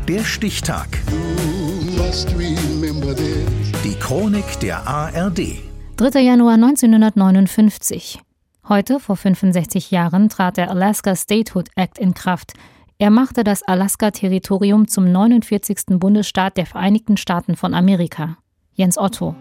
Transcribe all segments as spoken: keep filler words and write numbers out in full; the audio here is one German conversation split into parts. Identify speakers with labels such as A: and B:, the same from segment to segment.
A: Der Stichtag. Die Chronik der A R D.
B: dritter Januar neunzehnhundertneunundfünfzig. Heute, vor fünfundsechzig Jahren, trat der Alaska Statehood Act in Kraft. Er machte das Alaska-Territorium zum neunundvierzigsten Bundesstaat der Vereinigten Staaten von Amerika. Jens Otto.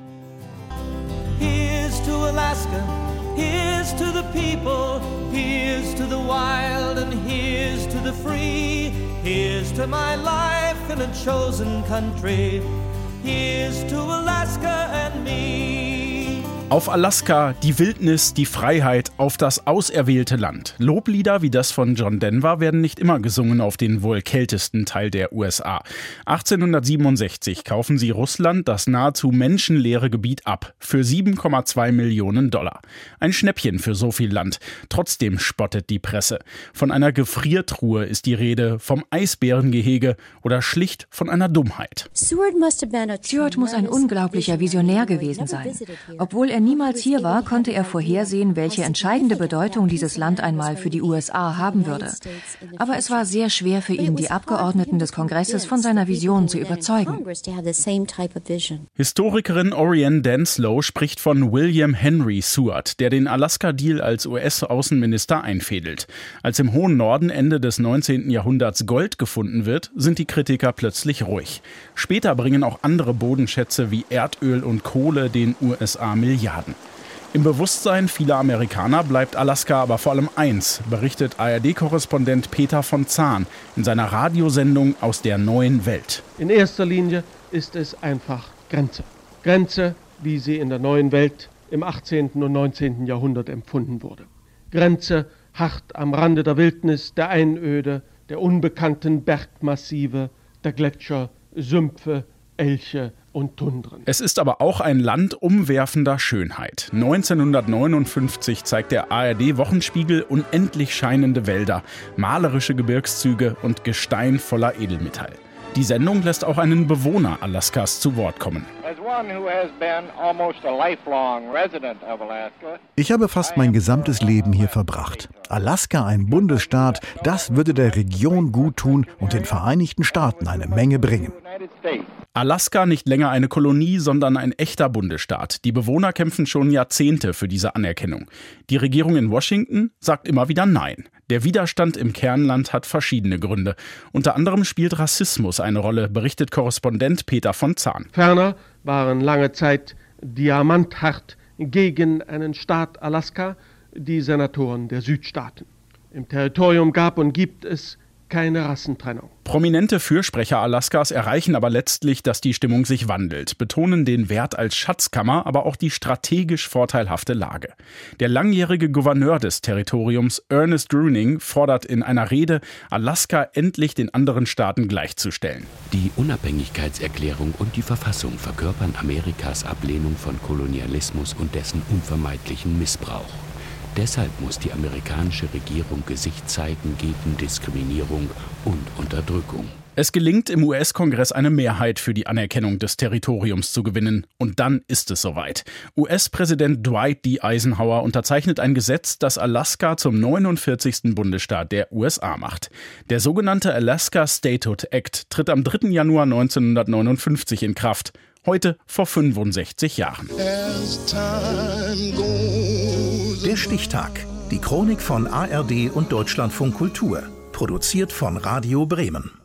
C: Here's to Alaska, here's to the people, here's to the wild and here's to the free. Here's to my life in a chosen country. Here's to Alaska and me.
D: Auf Alaska, die Wildnis, die Freiheit, auf das auserwählte Land. Loblieder wie das von John Denver werden nicht immer gesungen auf den wohl kältesten Teil der U S A. achtzehnhundertsiebenundsechzig kaufen sie Russland das nahezu menschenleere Gebiet ab. Für sieben Komma zwei Millionen Dollar. Ein Schnäppchen für so viel Land. Trotzdem spottet die Presse. Von einer Gefriertruhe ist die Rede, vom Eisbärengehege oder schlicht von einer Dummheit.
E: Seward muss ein unglaublicher Visionär gewesen sein. Obwohl er niemals hier war, konnte er vorhersehen, welche entscheidende Bedeutung dieses Land einmal für die U S A haben würde. Aber es war sehr schwer für ihn, die Abgeordneten des Kongresses von seiner Vision zu überzeugen.
D: Historikerin Orianne Danslow spricht von William Henry Seward, der den Alaska-Deal als U S-Außenminister einfädelt. Als im hohen Norden Ende des neunzehnten Jahrhunderts Gold gefunden wird, sind die Kritiker plötzlich ruhig. Später bringen auch andere Bodenschätze wie Erdöl und Kohle den U S A Milliarden. Im Bewusstsein vieler Amerikaner bleibt Alaska aber vor allem eins, berichtet A R D-Korrespondent Peter von Zahn in seiner Radiosendung Aus der neuen Welt.
F: In erster Linie ist es einfach Grenze. Grenze, wie sie in der neuen Welt im achtzehnten und neunzehnten Jahrhundert empfunden wurde. Grenze, hart am Rande der Wildnis, der Einöde, der unbekannten Bergmassive, der Gletscher, Sümpfe, Elche und Tundren.
D: Es ist aber auch ein Land umwerfender Schönheit. neunzehnhundertneunundfünfzig zeigt der A R D-Wochenspiegel unendlich scheinende Wälder, malerische Gebirgszüge und Gestein voller Edelmetall. Die Sendung lässt auch einen Bewohner Alaskas zu Wort kommen.
G: Ich habe fast mein gesamtes Leben hier verbracht. Alaska, ein Bundesstaat, das würde der Region gut tun und den Vereinigten Staaten eine Menge bringen.
D: Alaska nicht länger eine Kolonie, sondern ein echter Bundesstaat. Die Bewohner kämpfen schon Jahrzehnte für diese Anerkennung. Die Regierung in Washington sagt immer wieder Nein. Der Widerstand im Kernland hat verschiedene Gründe. Unter anderem spielt Rassismus eine Rolle, berichtet Korrespondent Peter von Zahn.
F: Ferner waren lange Zeit diamanthart gegen einen Staat Alaska die Senatoren der Südstaaten. Im Territorium gab und gibt es keine Rassentrennung.
D: Prominente Fürsprecher Alaskas erreichen aber letztlich, dass die Stimmung sich wandelt, betonen den Wert als Schatzkammer, aber auch die strategisch vorteilhafte Lage. Der langjährige Gouverneur des Territoriums, Ernest Gruening, fordert in einer Rede, Alaska endlich den anderen Staaten gleichzustellen.
H: Die Unabhängigkeitserklärung und die Verfassung verkörpern Amerikas Ablehnung von Kolonialismus und dessen unvermeidlichen Missbrauch. Deshalb muss die amerikanische Regierung Gesicht zeigen gegen Diskriminierung und Unterdrückung.
D: Es gelingt im U S-Kongress eine Mehrheit für die Anerkennung des Territoriums zu gewinnen. Und dann ist es soweit. U S-Präsident Dwight D. Eisenhower unterzeichnet ein Gesetz, das Alaska zum neunundvierzigsten Bundesstaat der U S A macht. Der sogenannte Alaska Statehood Act tritt am dritten Januar neunzehnhundertneunundfünfzig in Kraft. Heute vor fünfundsechzig Jahren.
A: Der Stichtag. Die Chronik von A R D und Deutschlandfunk Kultur. Produziert von Radio Bremen.